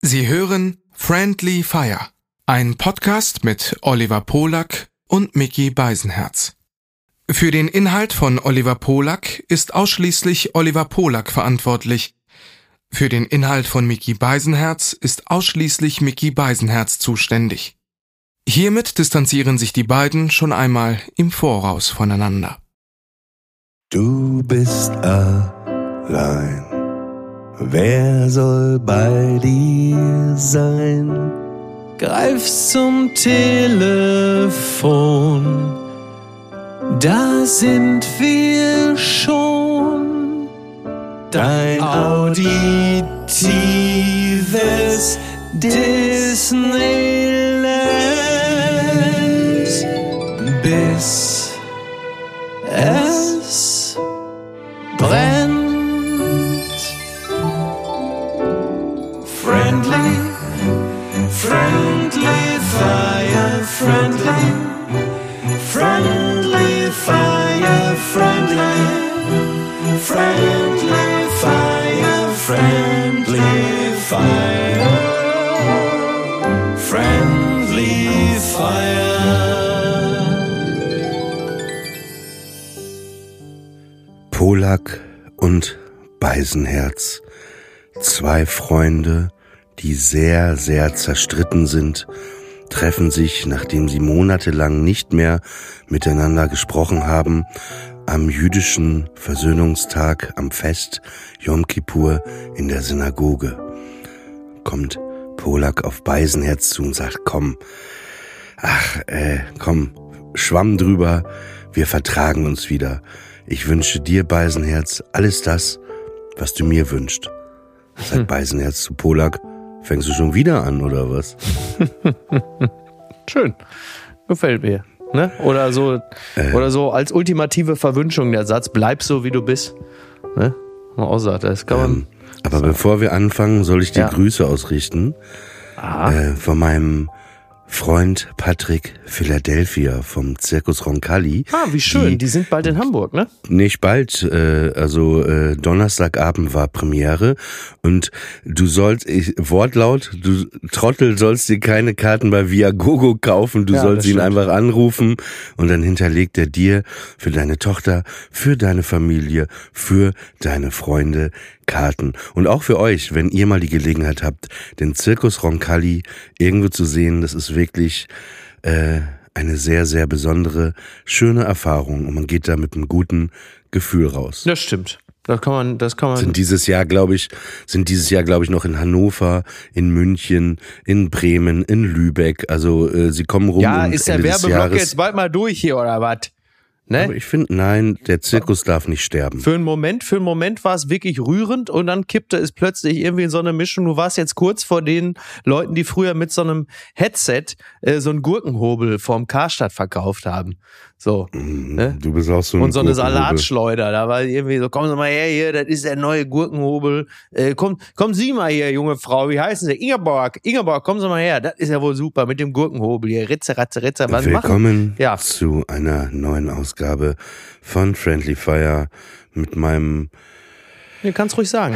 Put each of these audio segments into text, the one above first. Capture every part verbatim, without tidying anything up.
Sie hören Friendly Fire, ein Podcast mit Oliver Polak und Micky Beisenherz. Für den Inhalt von Oliver Polak ist ausschließlich Oliver Polak verantwortlich. Für den Inhalt von Micky Beisenherz ist ausschließlich Micky Beisenherz zuständig. Hiermit distanzieren sich die beiden schon einmal im Voraus voneinander. Du bist allein. Wer soll bei dir sein? Greif zum Telefon, da sind wir schon. Dein auditives Disneyland, bis es brennt. Friendly, friendly fire, friendly, friendly fire, friendly, friendly fire, friendly fire, friendly fire. Polak und Beisenherz, zwei Freunde, die sehr, sehr zerstritten sind, treffen sich, nachdem sie monatelang nicht mehr miteinander gesprochen haben, am jüdischen Versöhnungstag, am Fest Yom Kippur in der Synagoge. Kommt Polak auf Beisenherz zu und sagt, komm, ach, äh, komm, Schwamm drüber, wir vertragen uns wieder. Ich wünsche dir, Beisenherz, alles das, was du mir wünschst. Sagt hm. Beisenherz zu Polak, fängst du schon wieder an, oder was? Schön. Gefällt mir. Ne? Oder so, äh. oder so als ultimative Verwünschung der Satz, bleib so, wie du bist. Ne? Man auch sagt, das kann man. Ähm, aber so. Bevor wir anfangen, soll ich dir ja. Grüße ausrichten. Äh, von meinem Freund Patrick Philadelphia vom Circus Roncalli. Ah, wie schön. Die, die sind bald in Hamburg, ne? Nicht bald. Äh, also äh, Donnerstagabend war Premiere und du sollst, ich, Wortlaut, du Trottel sollst dir keine Karten bei Viagogo kaufen. Du ja, sollst ihn stimmt. einfach anrufen und dann hinterlegt er dir für deine Tochter, für deine Familie, für deine Freunde Karten. Und auch für euch, wenn ihr mal die Gelegenheit habt, den Circus Roncalli irgendwo zu sehen, das ist wirklich äh, eine sehr, sehr besondere, schöne Erfahrung. Und man geht da mit einem guten Gefühl raus. Das stimmt. Das kann man, das kann man. Sind dieses Jahr, glaube ich, sind dieses Jahr, glaube ich, noch in Hannover, in München, in Bremen, in Lübeck. Also äh, sie kommen rum. Ja, ist der Werbeblock jetzt bald mal durch hier oder was? Ne? Aber ich finde, nein, der Zirkus darf nicht sterben. Für einen Moment, für einen Moment war es wirklich rührend und dann kippte es plötzlich irgendwie in so eine Mischung. Du warst jetzt kurz vor den Leuten, die früher mit so einem Headset äh, so einen Gurkenhobel vorm Karstadt verkauft haben. So. Mm, ne? Du bist auch so ein Und so eine Salatschleuder. Da war irgendwie so, kommen Sie mal her hier, das ist der neue Gurkenhobel. Äh, komm, kommen Sie mal her, junge Frau. Wie heißen Sie? Ingeborg. Ingeborg, kommen Sie mal her. Das ist ja wohl super mit dem Gurkenhobel hier. Ritze, ratze, ritze. Was Willkommen machen? Ja. zu einer neuen Ausgabe von Friendly Fire mit meinem Du kannst ruhig sagen.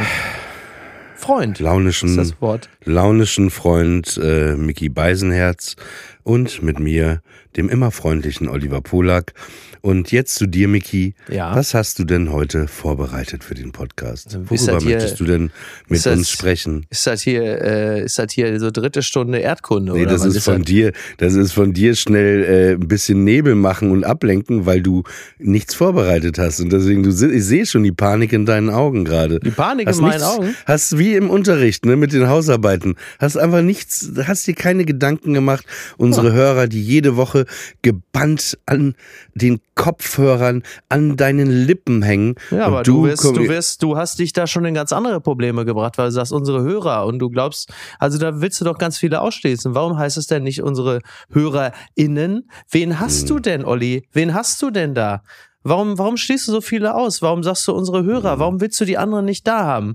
Freund. Launischen, ist das Wort. launischen Freund äh, Micky Beisenherz und mit mir, dem immer freundlichen Oliver Polak. Und jetzt zu dir, Micky. Ja. Was hast du denn heute vorbereitet für den Podcast? Also, Worüber hier, möchtest du denn mit das, uns sprechen? Ist das hier, äh, ist das hier so dritte Stunde Erdkunde? Nee, oder das was ist, ist von das? dir. Das ist von dir schnell äh, ein bisschen Nebel machen und ablenken, weil du nichts vorbereitet hast. Und deswegen, du, ich sehe schon die Panik in deinen Augen gerade. Die Panik hast in meinen nichts, Augen? Hast wie im Unterricht, ne, mit den Hausarbeiten. Hast einfach nichts, hast dir keine Gedanken gemacht. Unsere oh. Hörer, die jede Woche gebannt an den Kopfhörern an deinen Lippen hängen. Ja, aber du, wirst, du wirst, du hast dich da schon in ganz andere Probleme gebracht, weil du sagst, unsere Hörer und du glaubst, also da willst du doch ganz viele ausschließen. Warum heißt es denn nicht unsere HörerInnen? Wen hast hm. du denn, Olli? Wen hast du denn da? Warum, warum schließt du so viele aus? Warum sagst du unsere Hörer? Warum willst du die anderen nicht da haben?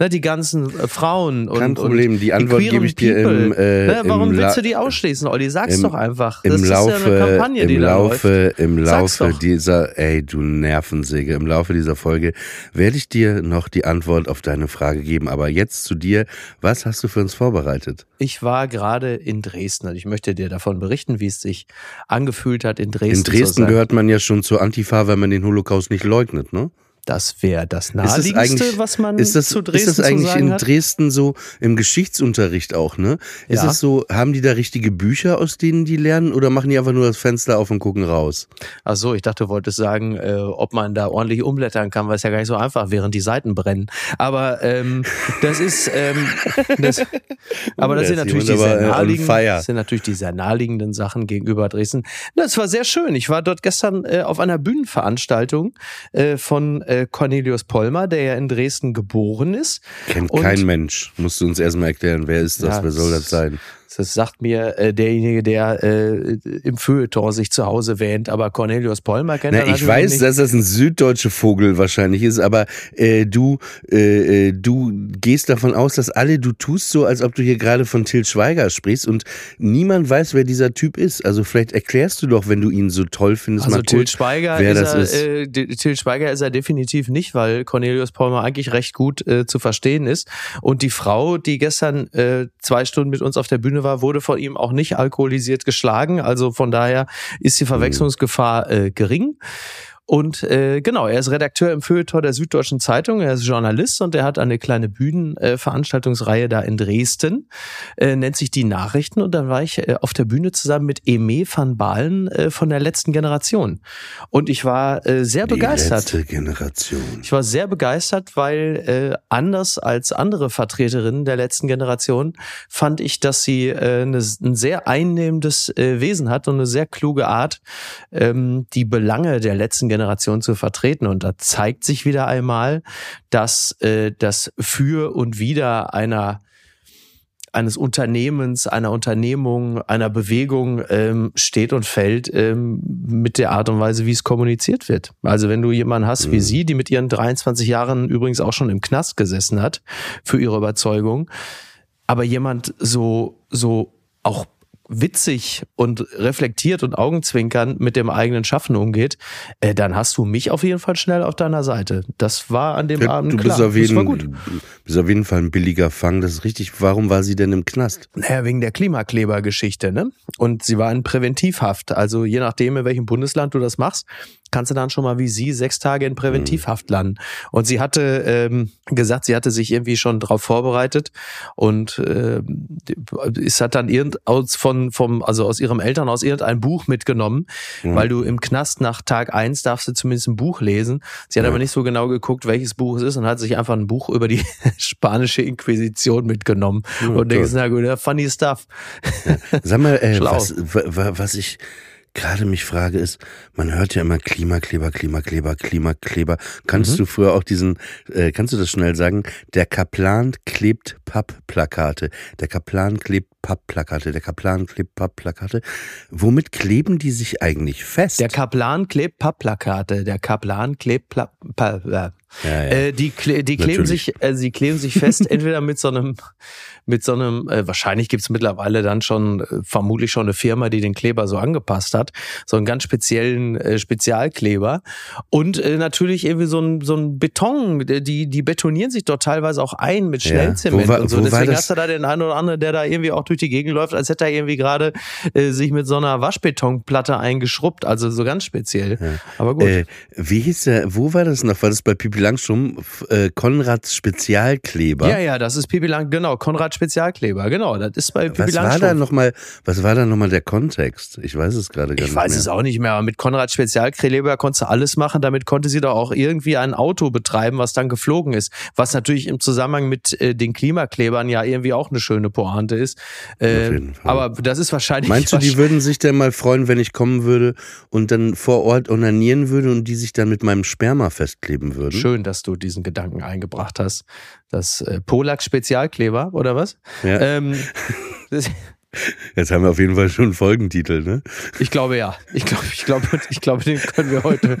Ne, die ganzen äh, Frauen und Kein Problem, und die Antwort die gebe ich dir im äh, ne, Warum im willst La- du die ausschließen, Olli? Sag's im, doch einfach. Im Das Laufe, ist ja eine Kampagne, im die Laufe, da läuft. Im Sag's Laufe doch. dieser, ey, du Nervensäge, im Laufe dieser Folge werde ich dir noch die Antwort auf deine Frage geben. Aber jetzt zu dir, was hast du für uns vorbereitet? Ich war gerade in Dresden und ich möchte dir davon berichten, wie es sich angefühlt hat, in Dresden In Dresden zu sein. gehört man ja schon zur Antifa, weil man den Holocaust nicht leugnet, ne? Das wäre das Ist das Naheliegendste, eigentlich, was man ist das, zu Dresden ist das eigentlich zu sagen in hat. Dresden so im Geschichtsunterricht auch, ne? Ist Ja. es so, haben die da richtige Bücher, aus denen die lernen, oder machen die einfach nur das Fenster auf und gucken raus? Ach so, ich dachte, du wolltest sagen, äh, ob man da ordentlich umblättern kann, weil es ja gar nicht so einfach, während die Seiten brennen. Aber ähm, das ist, ähm, das, aber das Da sind ist natürlich die jemand sehr aber, äh, on naheliegenden, fire. das sind natürlich die sehr naheliegenden Sachen gegenüber Dresden. Das war sehr schön. Ich war dort gestern äh, auf einer Bühnenveranstaltung äh, von äh, Cornelius Pollmer, der ja in Dresden geboren ist. Kennt Und- kein Mensch. Musst du uns erstmal erklären, wer ist das, Ja, wer soll das sein? Das sagt mir äh, derjenige, der äh, im Feuilleton sich zu Hause wähnt, aber Cornelius Pollmer kennt er Na, ich natürlich weiß, nicht. dass das ein süddeutscher Vogel wahrscheinlich ist, aber äh, du, äh, äh, du gehst davon aus, dass alle, du tust so, als ob du hier gerade von Til Schweiger sprichst und niemand weiß, wer dieser Typ ist. Also vielleicht erklärst du doch, wenn du ihn so toll findest, Also mal Til kurz, Schweiger, wer ist das er, ist. Äh, D- Til Schweiger ist er definitiv nicht, weil Cornelius Pollmer eigentlich recht gut äh, zu verstehen ist. Und die Frau, die gestern äh, zwei Stunden mit uns auf der Bühne war, wurde von ihm auch nicht alkoholisiert geschlagen. Also von daher ist die Verwechslungsgefahr äh, gering. Und äh, genau, er ist Redakteur im Feuilleton der Süddeutschen Zeitung, er ist Journalist und er hat eine kleine Bühnenveranstaltungsreihe äh, da in Dresden, äh, nennt sich Die Nachrichten, und dann war ich äh, auf der Bühne zusammen mit Aimé van Baalen äh, von der letzten Generation. Und ich war äh, sehr Die begeistert. letzte Generation. Ich war sehr begeistert, weil äh, anders als andere Vertreterinnen der letzten Generation fand ich, dass sie äh, eine, ein sehr einnehmendes äh, Wesen hat und eine sehr kluge Art, ähm, die Belange der letzten Generation zu vertreten. Und da zeigt sich wieder einmal, dass äh, das Für und Wider einer eines Unternehmens, einer Unternehmung, einer Bewegung ähm, steht und fällt ähm, mit der Art und Weise, wie es kommuniziert wird. Also wenn du jemanden hast wie Mhm. sie, die mit ihren dreiundzwanzig Jahren übrigens auch schon im Knast gesessen hat für ihre Überzeugung, aber jemand so so auch witzig und reflektiert und augenzwinkern mit dem eigenen Schaffen umgeht, äh, dann hast du mich auf jeden Fall schnell auf deiner Seite. Das war an dem Ja, Abend du klar. bist auf, das war gut. jeden, bist auf jeden Fall ein billiger Fang, das ist richtig. Warum war sie denn im Knast? Naja, wegen der Klimakleber-Geschichte, ne? Und sie war in Präventivhaft. Also je nachdem, in welchem Bundesland du das machst, kannst du dann schon mal wie sie sechs Tage in Präventivhaft landen. Und sie hatte ähm, gesagt, sie hatte sich irgendwie schon drauf vorbereitet und äh, es hat dann irgend aus von vom also aus ihrem Elternhaus irgendein Buch mitgenommen, Mhm. weil du im Knast nach Tag eins darfst du zumindest ein Buch lesen. Sie hat Ja. aber nicht so genau geguckt, welches Buch es ist, und hat sich einfach ein Buch über die spanische Inquisition mitgenommen. Ja, und denkst, toll. na gut, ja, funny stuff. Sag mal, äh, Schlau. was, wa- wa- was ich gerade mich frage ist, man hört ja immer Klimakleber, Klimakleber, Klimakleber. Kannst Mhm. du früher auch diesen, äh, kannst du das schnell sagen? Der Kaplan klebt Pappplakate. Der Kaplan klebt Pappplakate. Der Kaplan klebt Pappplakate. Womit kleben die sich eigentlich fest? Der Kaplan klebt Pappplakate. Der Kaplan klebt Pla pa äh. ja, ja. Äh, die kle die kleben Natürlich. sich, äh, sie kleben sich fest, entweder mit so einem, mit so einem, äh, wahrscheinlich gibt's mittlerweile dann schon, äh, vermutlich schon eine Firma, die den Kleber so angepasst hat, so einen ganz speziellen äh, Spezialkleber, und äh, natürlich irgendwie so ein so ein Beton, die die betonieren sich dort teilweise auch ein mit Ja. Schnellzement Wo war- und so. wo war Deswegen das? hast du da den einen oder anderen, der da irgendwie auch durch die Gegend läuft, als hätte er irgendwie gerade äh, sich mit so einer Waschbetonplatte eingeschrubbt, also so ganz speziell. Ja. Aber gut. Äh, wie hieß der, wo war das noch? War das bei Pipi Langstrumpf? F- Äh, Konrads Spezialkleber? Ja, ja, das ist Pipi Lang, genau, Konrad Spezialkleber, genau, das ist bei Pipi Was war da Langstrumpf. nochmal, was war da nochmal der Kontext? Ich weiß es gerade gar Ich nicht weiß mehr. es auch nicht mehr, aber mit Konrad Spezialkleber konntest du alles machen, damit konnte sie doch auch irgendwie ein Auto betreiben, was dann geflogen ist, was natürlich im Zusammenhang mit äh, den Klimaklebern ja irgendwie auch eine schöne Pointe ist. Äh, Auf jeden Fall. aber das ist wahrscheinlich... Meinst du, die würden sich denn mal freuen, wenn ich kommen würde und dann vor Ort onanieren würde und die sich dann mit meinem Sperma festkleben würden? Schön, dass du diesen Gedanken eingebracht hast. Das äh, Polak Spezialkleber, oder was? Ja. Ähm, das, Jetzt haben wir auf jeden Fall schon einen Folgentitel, ne? Ich glaube ja. Ich glaube, ich glaube, ich glaube, den können wir heute,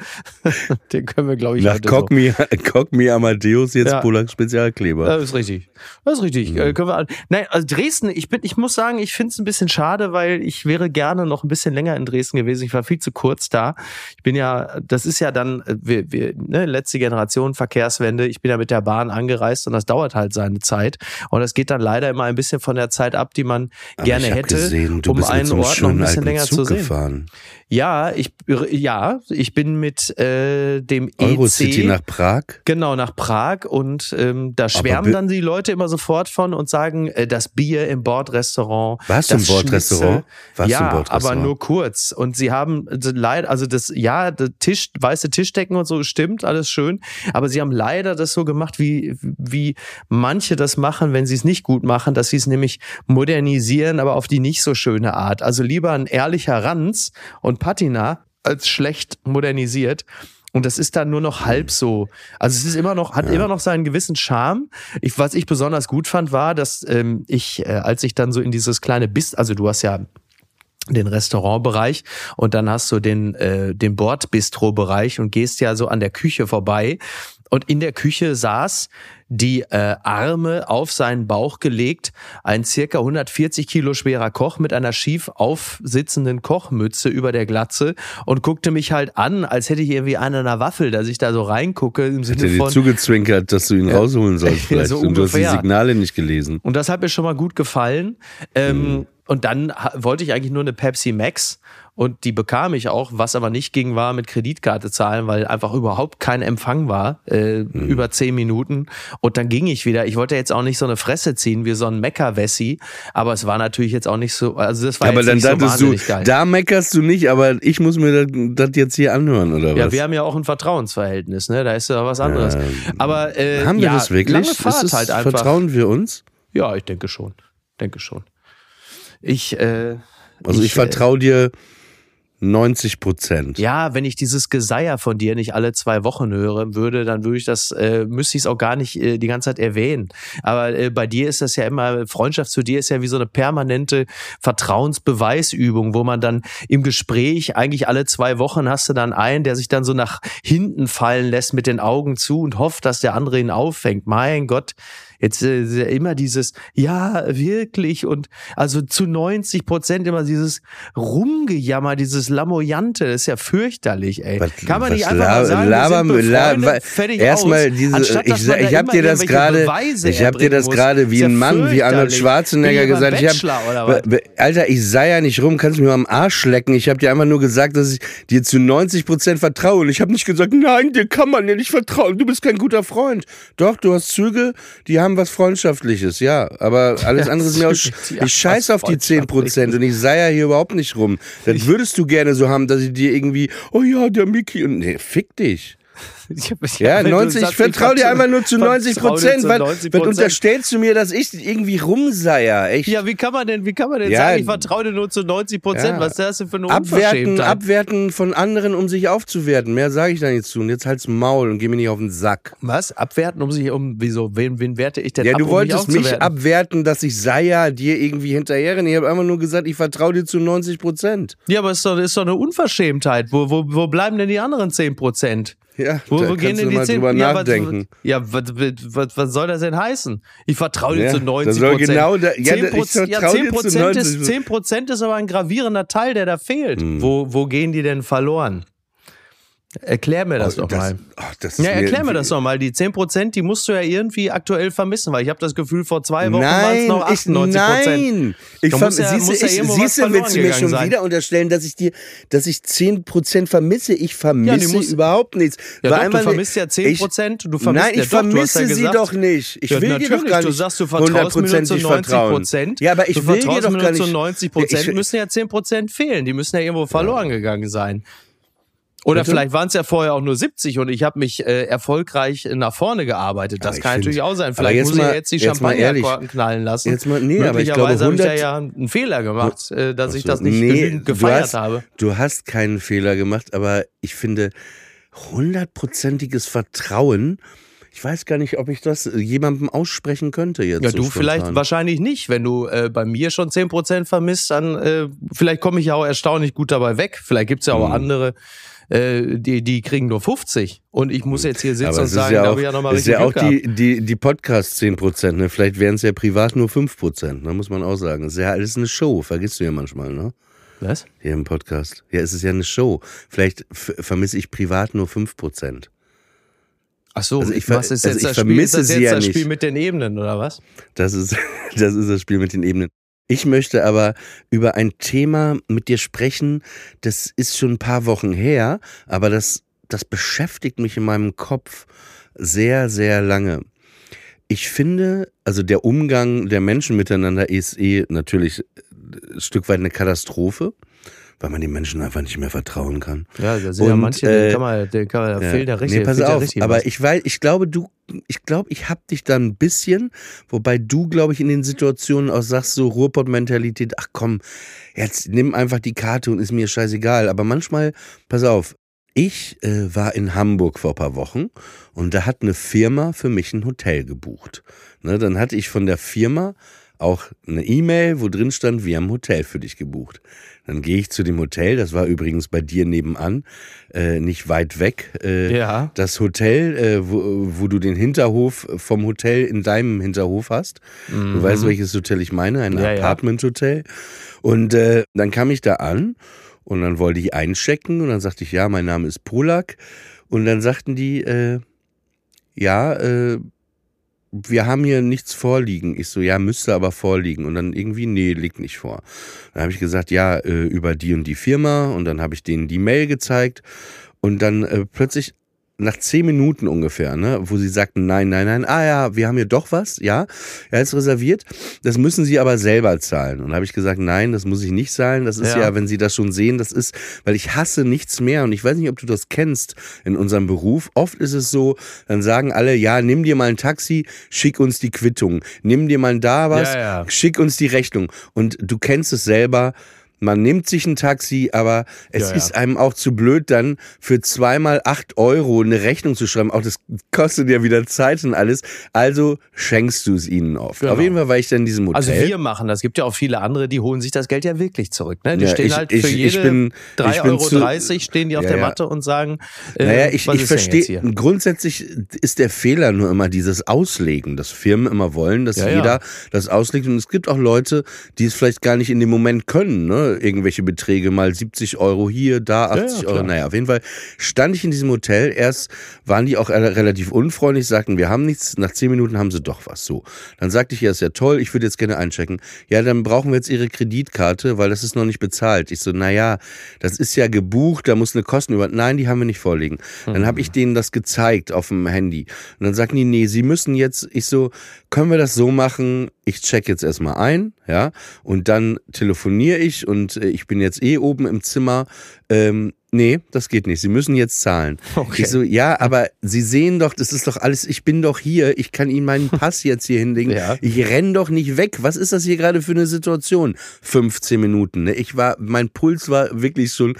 den können wir, glaube ich, Nach heute Cock so. Me, Cock Me Amadeus jetzt Ja. Polak Spezialkleber. Das ist richtig. Das ist richtig. Mhm. Äh, können wir, nein, also Dresden, ich bin, ich muss sagen, ich finde es ein bisschen schade, weil ich wäre gerne noch ein bisschen länger in Dresden gewesen. Ich war viel zu kurz da. Ich bin ja, das ist ja dann, wir, wir, ne, letzte Generation Verkehrswende. Ich bin ja mit der Bahn angereist und das dauert halt seine Zeit. Und das geht dann leider immer ein bisschen von der Zeit ab, die man Aber gerne ich hab hätte, gesehen, du um bist mit einen so einem Ort noch ein schönen bisschen alten länger Zug zu sehen. gefahren. Ja, ich, ja, ich bin mit äh, dem Eurocity E C nach Prag? Genau, nach Prag und ähm, da schwärmen bi- dann die Leute immer sofort von und sagen, äh, das Bier im Bordrestaurant. Warst du das im Bordrestaurant? Schnitzel. Warst du ja, im Bordrestaurant? aber nur kurz. Und sie haben äh, leider, also das, ja, der Tisch, weiße Tischdecken und so, stimmt, alles schön. Aber sie haben leider das so gemacht, wie, wie manche das machen, wenn sie es nicht gut machen, dass sie es nämlich modernisieren, aber auf die nicht so schöne Art. Also lieber ein ehrlicher Ranz und Patina als schlecht modernisiert. Und das ist dann nur noch halb so. Also es ist immer noch, hat ja. immer noch seinen gewissen Charme. Ich, was ich besonders gut fand, war, dass ähm, ich, äh, als ich dann so in dieses kleine Bist, also du hast ja den Restaurantbereich und dann hast du den, äh, den Bordbistro-Bereich und gehst ja so an der Küche vorbei. Und in der Küche saß die äh, Arme auf seinen Bauch gelegt, ein circa hundertvierzig Kilo schwerer Koch mit einer schief aufsitzenden Kochmütze über der Glatze und guckte mich halt an, als hätte ich irgendwie einen an einer Waffel, dass ich da so reingucke im Sinne Hat er von... dir zugezwinkert, dass du ihn ja. rausholen sollst vielleicht Ja, so und du hast die ungefähr. Signale nicht gelesen. Und das hat mir schon mal gut gefallen. Ähm, Mhm. Und dann ha- wollte ich eigentlich nur eine Pepsi Max und die bekam ich auch, was aber nicht ging, war mit Kreditkarte zahlen, weil einfach überhaupt kein Empfang war, äh, mhm. über zehn Minuten. Und dann ging ich wieder. Ich wollte jetzt auch nicht so eine Fresse ziehen wie so ein Mecker-Wessi, aber es war natürlich jetzt auch nicht so, also das war aber jetzt dann nicht so dachtest du, wahnsinnig geil. Da meckerst du nicht, aber ich muss mir das, das jetzt hier anhören, oder Ja, was? wir haben ja auch ein Vertrauensverhältnis, ne? Da ist ja was anderes. Ja. Aber äh, haben wir ja, das wirklich? lange Fahrt Ist das, halt einfach. vertrauen wir uns? Ja, ich denke schon. Denke schon. Ich, äh, Also ich, ich vertraue dir neunzig Prozent. Ja, wenn ich dieses Geseier von dir nicht alle zwei Wochen hören würde, dann würde ich das, äh, müsste ich es auch gar nicht äh, die ganze Zeit erwähnen. Aber äh, bei dir ist das ja immer, Freundschaft zu dir ist ja wie so eine permanente Vertrauensbeweisübung, wo man dann im Gespräch eigentlich alle zwei Wochen hast du dann einen, der sich dann so nach hinten fallen lässt mit den Augen zu und hofft, dass der andere ihn auffängt. Mein Gott. Jetzt äh, immer dieses, ja, wirklich und also zu neunzig Prozent immer dieses Rumgejammer, dieses Lamoyante, das ist ja fürchterlich, ey. Was, Kann man nicht was einfach mal sagen, laber, wir sind befreundet, laber, fertig erstmal aus, diese, anstatt, ich, dass man ich da habe dir immer das irgendwelche gerade, Beweise ich habe dir das erbringen gerade muss. wie Ist ein ja Mann, wie Arnold fürchterlich. Schwarzenegger Bin ich gesagt. Ich Bachelor oder was? hab, Alter, ich sei ja nicht rum, kannst du mir am Arsch lecken. Ich habe dir einfach nur gesagt, dass ich dir zu neunzig Prozent vertraue. Und ich habe nicht gesagt, nein, dir kann man dir nicht vertrauen. Du bist kein guter Freund. Doch, du hast Züge, die haben was Freundschaftliches, ja. Aber alles andere ist mir aus. Ich scheiß auf die zehn Prozent und ich sei ja hier überhaupt nicht rum. Das würdest du gerne so haben, dass ich dir irgendwie, oh ja, der Mickey und nee, fick dich. Ja, neunzig, ich vertraue dir einfach nur zu neunzig Prozent. Was, was unterstellst du mir, dass ich irgendwie rumseier? Echt? Ja, wie kann man denn, wie kann man denn ja, sagen, ich vertraue dir nur zu neunzig Prozent? Ja. Was ist das denn für eine Abwerten, Unverschämtheit? abwerten von anderen, um sich aufzuwerten. Mehr sage ich da nicht zu. Und jetzt halt's Maul und geh mir nicht auf den Sack. Was? Abwerten, um sich, um, wieso? Wen, wen werte ich denn ja, ab, du um wolltest mich, mich abwerten, dass ich Seier dir irgendwie hinterherrenne. Ich habe einfach nur gesagt, ich vertraue dir zu neunzig Prozent. Ja, aber es ist doch, ist doch eine Unverschämtheit. Wo, wo, wo bleiben denn die anderen zehn Prozent? Ja, wo, da wo gehen kannst denn du die mal zehn drüber ja, nachdenken. Was, ja, was, was, was soll das denn heißen? Ich vertraue dir ja, zu neunzig Prozent. Prozent. Genau da, ja, zehn Prozent, ich ja, zehn dir zu Prozent neunzig ist, zehn Prozent ist aber ein gravierender Teil, der da fehlt. Hm. Wo, wo gehen die denn verloren? Erklär mir das oh, doch das, mal. Oh, das ja, erklär mir, mir das doch mal. Die zehn Prozent, die musst du ja irgendwie aktuell vermissen, weil ich habe das Gefühl, vor zwei Wochen waren es noch achtundneunzig Prozent. Nein, ich du musst ja, siehst, musst ja ich, irgendwo siehst was du, willst du mir schon sein. wieder unterstellen, dass ich dir, dass ich zehn Prozent vermisse? Ich vermisse ja, musst, überhaupt nichts. Ja, doch, du vermisst ja zehn Prozent. Du vermisst nein, ich ja, doch, vermisse ja sie gesagt, doch nicht. Ich ja, will dir doch gar nicht du sagst, du vertraust mir nur zu neunzig Prozent. Ja, aber ich du will dir doch mir gar nur nicht. zu neunzig Prozent ich, müssen ja zehn Prozent fehlen. Die müssen ja irgendwo verloren ja. gegangen sein. Oder Bitte? Vielleicht waren es ja vorher auch nur siebzig und ich habe mich äh, erfolgreich nach vorne gearbeitet. Das kann natürlich auch sein. Vielleicht muss ich ja jetzt die Champagnerkorken knallen lassen. Jetzt mal, nee, aber ich glaube, habe ich da ja einen Fehler gemacht, äh, dass also, ich das nicht nee, genügend gefeiert du hast, habe. Du hast keinen Fehler gemacht, aber ich finde, hundertprozentiges Vertrauen Ich weiß gar nicht, ob ich das jemandem aussprechen könnte jetzt. Ja, so du spontan. vielleicht wahrscheinlich nicht. Wenn du äh, bei mir schon zehn Prozent vermisst, dann äh, vielleicht komme ich ja auch erstaunlich gut dabei weg. Vielleicht gibt's ja auch Mhm. andere, äh, die, die kriegen nur fünfzig. Und ich muss jetzt hier sitzen Aber und es ist sagen, ja da auch, habe ich ja nochmal es ist richtig ja auch Glück gehabt. die, die, die Podcast zehn Prozent, ne? Vielleicht wären es ja privat nur fünf Prozent, ne? Muss man auch sagen. Es ist ja alles eine Show, vergisst du ja manchmal, ne? Was? Hier im Podcast. Ja, es ist ja eine Show. Vielleicht f- vermisse ich privat nur fünf Prozent. Ach so, Also ich ver- was ist also jetzt ich das Spiel? Ist vermisse das sie jetzt ja das nicht. Spiel mit den Ebenen, oder was? Das ist, das ist das Spiel mit den Ebenen. Ich möchte aber über ein Thema mit dir sprechen, das ist schon ein paar Wochen her, aber das, das beschäftigt mich in meinem Kopf sehr, sehr lange. Ich finde, also der Umgang der Menschen miteinander ist eh natürlich ein Stück weit eine Katastrophe, weil man den Menschen einfach nicht mehr vertrauen kann. Ja, da sind ja Und, manche, äh, denen kann man, denen kann man, da Ja. fehlt der richtige. Nee, pass fehlt der auf, richtige aber was. ich weiß, ich glaube, du, ich glaube, ich hab dich da ein bisschen, wobei du, glaube ich, in den Situationen auch sagst, so Ruhrpott-Mentalität, ach komm, jetzt nimm einfach die Karte und ist mir scheißegal. Aber manchmal, pass auf, ich äh, war in Hamburg vor ein paar Wochen und da hat eine Firma für mich ein Hotel gebucht. Ne, dann hatte ich von der Firma auch eine E-Mail, wo drin stand, wir haben ein Hotel für dich gebucht. Dann gehe ich zu dem Hotel, das war übrigens bei dir nebenan, äh, nicht weit weg. Äh, Ja. Das Hotel, äh, wo, wo du den Hinterhof vom Hotel in deinem Hinterhof hast. Mhm. Du weißt, welches Hotel ich meine, ein Ja, ja. Apartment-Hotel. Und äh, dann kam ich da an und dann wollte ich einchecken und dann sagte ich, ja, mein Name ist Polak. Und dann sagten die, äh, ja, äh, wir haben hier nichts vorliegen. Ich so, ja, müsste aber vorliegen. Und dann irgendwie, nee, liegt nicht vor. Dann habe ich gesagt, ja, äh, über die und die Firma. Und dann habe ich denen die Mail gezeigt. Und dann äh, plötzlich nach zehn Minuten ungefähr, ne, wo sie sagten, nein, nein, nein, ah ja, wir haben hier doch was, ja, er ist reserviert, das müssen sie aber selber zahlen. Und da habe ich gesagt, nein, das muss ich nicht zahlen, das ist ja. Ja. wenn sie das schon sehen, das ist, weil ich hasse nichts mehr und ich weiß nicht, ob du das kennst in unserem Beruf, oft ist es so, dann sagen alle, ja, nimm dir mal ein Taxi, schick uns die Quittung, nimm dir mal da was, Ja, ja. schick uns die Rechnung und du kennst es selber, man nimmt sich ein Taxi, aber es Ja, ja. ist einem auch zu blöd, dann für zweimal acht Euro eine Rechnung zu schreiben. Auch das kostet ja wieder Zeit und alles. Also schenkst du es ihnen oft. Genau. Auf jeden Fall war ich dann in diesem Hotel. Also wir machen das. Es gibt ja auch viele andere, die holen sich das Geld ja wirklich zurück. Ne? Die Ja, stehen ich- halt ich- für ich jede bin- drei ich bin Euro zu- dreißig stehen die auf Ja, der ja. Matte und sagen, äh, Naja, ich, was ich ist denn jetzt verstehe, hier? grundsätzlich ist der Fehler nur immer dieses Auslegen, dass Firmen immer wollen, dass Ja, ja. jeder das auslegt. Und es gibt auch Leute, die es vielleicht gar nicht in dem Moment können, ne? Irgendwelche Beträge, mal siebzig Euro hier, da achtzig ja, Euro. klar. Naja, auf jeden Fall stand ich in diesem Hotel. Erst waren die auch alle relativ unfreundlich, sagten, wir haben nichts. Nach zehn Minuten haben sie doch was. So. Dann sagte ich, ja, ist ja toll, ich würde jetzt gerne einchecken. Ja, dann brauchen wir jetzt ihre Kreditkarte, weil das ist noch nicht bezahlt. Ich so, naja, das ist ja gebucht, da muss eine Kosten über. Nein, die haben wir nicht vorliegen. Dann habe ich denen das gezeigt auf dem Handy. Und dann sagten die, nee, sie müssen jetzt, ich so, können wir das so machen, ich check jetzt erstmal ein, ja, und dann telefoniere ich und äh, ich bin jetzt eh oben im Zimmer. Ähm, nee, das geht nicht. Sie müssen jetzt zahlen. Okay. Ich so, ja, aber Sie sehen doch, das ist doch alles, ich bin doch hier, ich kann Ihnen meinen Pass jetzt hier hinlegen. Ja. Ich renn doch nicht weg. Was ist das hier gerade für eine Situation? fünfzehn Minuten, ne? Ich war, mein Puls war wirklich schon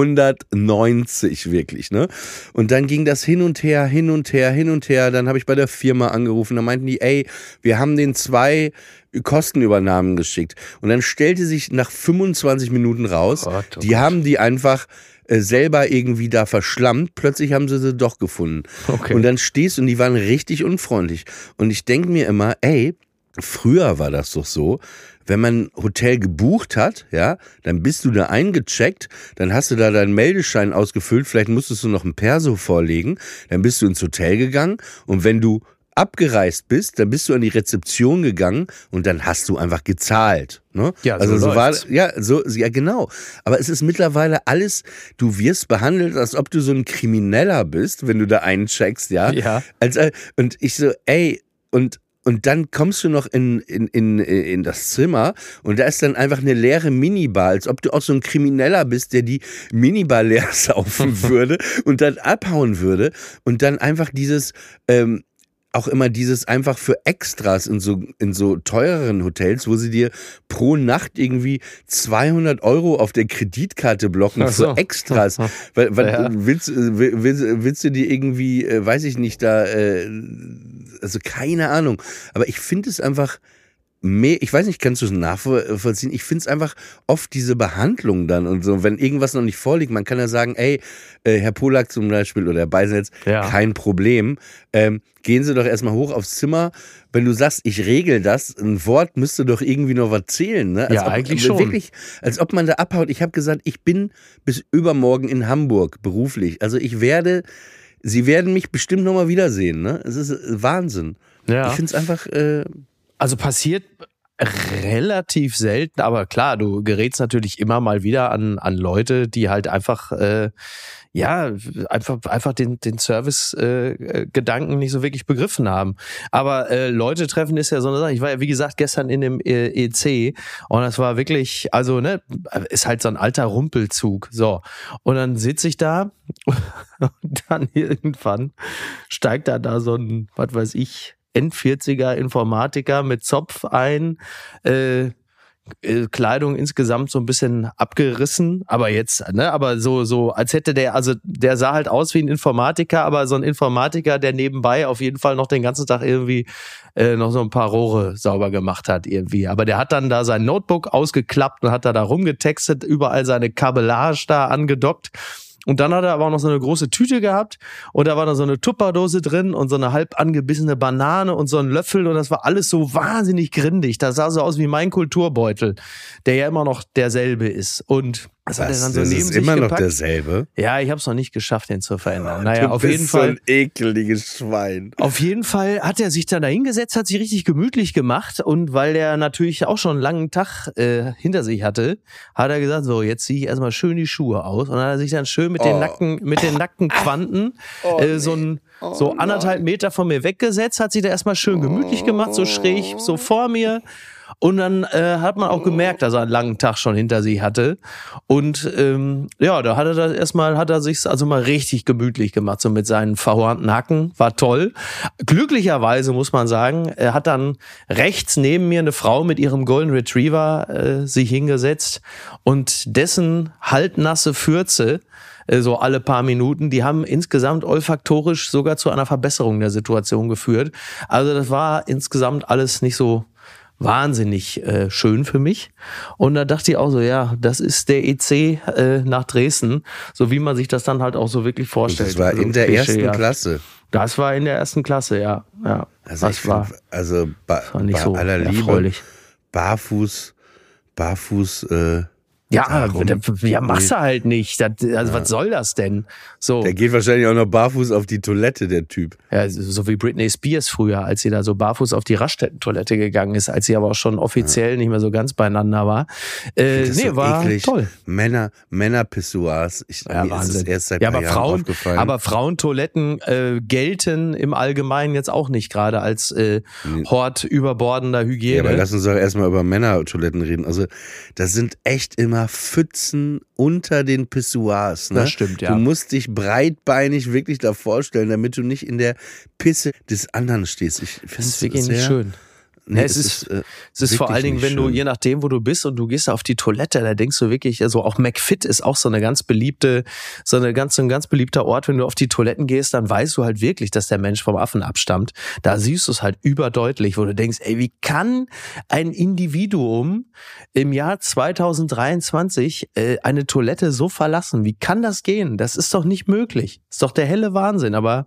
hundertneunzig, wirklich, ne? Und dann ging das hin und her, hin und her, hin und her. Dann habe ich bei der Firma angerufen, da meinten die, ey, wir haben den zwei Kostenübernahmen geschickt. Und dann stellte sich nach fünfundzwanzig Minuten raus, Gott, oh die Gott. haben die einfach äh, selber irgendwie da verschlammt. Plötzlich haben sie sie doch gefunden. Okay. Und dann stehst und die waren richtig unfreundlich. Und ich denke mir immer, ey, früher war das doch so, wenn man ein Hotel gebucht hat, ja, dann bist du da eingecheckt, dann hast du da deinen Meldeschein ausgefüllt, vielleicht musstest du noch ein Perso vorlegen, dann bist du ins Hotel gegangen und wenn du abgereist bist, dann bist du an die Rezeption gegangen und dann hast du einfach gezahlt. Ne? Ja, so also so war, läuft's. ja, so, ja, genau. Aber es ist mittlerweile alles, du wirst behandelt, als ob du so ein Krimineller bist, wenn du da eincheckst, ja. Ja. Als, äh, und ich so, ey, und Und dann kommst du noch in, in, in, in das Zimmer und da ist dann einfach eine leere Minibar, als ob du auch so ein Krimineller bist, der die Minibar leer saufen würde und dann abhauen würde und dann einfach dieses, ähm, auch immer dieses einfach für Extras in so, in so teureren Hotels, wo sie dir pro Nacht irgendwie zweihundert Euro auf der Kreditkarte blocken so. für Extras. weil, weil, Ja. willst, willst, willst du dir irgendwie, äh, weiß ich nicht, da, äh, also keine Ahnung. Aber ich finde es einfach mehr, ich weiß nicht, kannst du es nachvollziehen? Ich finde es einfach oft diese Behandlung dann und so, wenn irgendwas noch nicht vorliegt, man kann ja sagen, ey, äh, Herr Polak zum Beispiel oder Herr Beisenherz, Ja. kein Problem, ähm, gehen Sie doch erstmal hoch aufs Zimmer, wenn du sagst, ich regel das, ein Wort müsste doch irgendwie noch was zählen, ne? Als Ja, ob, eigentlich schon. Wirklich, als ob man da abhaut. Ich habe gesagt, ich bin bis übermorgen in Hamburg beruflich, also ich werde, Sie werden mich bestimmt nochmal wiedersehen, ne? Es ist Wahnsinn. Ja. Ich finde es einfach, äh, Also passiert relativ selten, aber klar, du gerätst natürlich immer mal wieder an, an Leute, die halt einfach, äh, ja, einfach, einfach den, den Service-Gedanken äh, nicht so wirklich begriffen haben. Aber äh, Leute treffen ist ja so eine Sache. Ich war ja, wie gesagt, gestern in dem äh, E C und das war wirklich, also, ne, ist halt so ein alter Rumpelzug. So. Und dann sitze ich da und dann irgendwann steigt da da so ein, was weiß ich, Endvierziger Informatiker mit Zopf ein, äh, äh, Kleidung insgesamt so ein bisschen abgerissen, aber jetzt, ne, aber so, so, als hätte der, also der sah halt aus wie ein Informatiker, aber so ein Informatiker, der nebenbei auf jeden Fall noch den ganzen Tag irgendwie äh, noch so ein paar Rohre sauber gemacht hat irgendwie. Aber der hat dann da sein Notebook ausgeklappt und hat da, da rumgetextet, überall seine Kabellage da angedockt. Und dann hat er aber auch noch so eine große Tüte gehabt und da war noch so eine Tupperdose drin und so eine halb angebissene Banane und so ein Löffel und das war alles so wahnsinnig grindig. Das sah so aus wie mein Kulturbeutel, der ja immer noch derselbe ist. Und das hat er dann so das neben ist sich immer noch gepackt. derselbe. Ja, ich habe es noch nicht geschafft, den zu verändern. Naja, Du auf bist jeden so Fall. ein ekeliges Schwein. Auf jeden Fall hat er sich dann da hingesetzt, hat sich richtig gemütlich gemacht und weil er natürlich auch schon einen langen Tag äh, hinter sich hatte, hat er gesagt, so, jetzt ziehe ich erstmal schön die Schuhe aus und dann hat er sich dann schön mit den Oh. nackten, mit den nackten Quanten Oh, äh, so, ein, Oh, so anderthalb Meter von mir weggesetzt, hat sich da erstmal schön gemütlich gemacht, so schräg, so vor mir. Und dann äh, hat man auch gemerkt, dass er einen langen Tag schon hinter sich hatte. Und ähm, ja, da hat er das erstmal, hat er sich also mal richtig gemütlich gemacht, so mit seinen verhornten Hacken. War toll. Glücklicherweise muss man sagen, er hat dann rechts neben mir eine Frau mit ihrem Golden Retriever äh, sich hingesetzt und dessen halbnasse Fürze so alle paar Minuten, die haben insgesamt olfaktorisch sogar zu einer Verbesserung der Situation geführt. Also das war insgesamt alles nicht so wahnsinnig äh, schön für mich. Und da dachte ich auch so, ja, das ist der E C äh, nach Dresden, so wie man sich das dann halt auch so wirklich vorstellt. Das war in der ersten Klasse. Das war in der ersten Klasse, ja. ja. Also das ich war, find, also bei, war nicht bei so aller Liebe, erfreulich. barfuß, barfuß, äh, Ja, Warum? da, ja, machst du halt nicht. Das, also Ja. was soll das denn? So. der geht wahrscheinlich auch noch barfuß auf die Toilette, der Typ. Ja, so wie Britney Spears früher, als sie da so barfuß auf die Raststätten-Toilette gegangen ist, als sie aber auch schon offiziell ja. nicht mehr so ganz beieinander war. Äh, das nee, so war eklig. toll. Männer, Männerpissoirs. Ich, Ja, mir Wahnsinn. ist es erst seit Ja, ein paar aber Jahren Frauen, aufgefallen. aber Frauentoiletten äh, gelten im Allgemeinen jetzt auch nicht gerade als äh, Hort überbordender Hygiene. Ja, aber lass uns doch erstmal über Männertoiletten reden. Also, das sind echt immer Pfützen unter den Pissoirs. Ne? Das stimmt, ja. Du musst dich breitbeinig wirklich da vorstellen, damit du nicht in der Pisse des anderen stehst. Ich das finde ist wirklich sehr, nicht schön. Nee, Ja, es ist, äh, es ist vor wirklich allen Dingen, nicht wenn du, schön. je nachdem, wo du bist und du gehst auf die Toilette, da denkst du wirklich, also auch McFit ist auch so eine ganz beliebte, so eine ganz, so ein ganz beliebter Ort. Wenn du auf die Toiletten gehst, dann weißt du halt wirklich, dass der Mensch vom Affen abstammt. Da siehst du es halt überdeutlich, wo du denkst, ey, wie kann ein Individuum im Jahr zweitausenddreiundzwanzig äh, eine Toilette so verlassen? Wie kann das gehen? Das ist doch nicht möglich. Ist doch der helle Wahnsinn, aber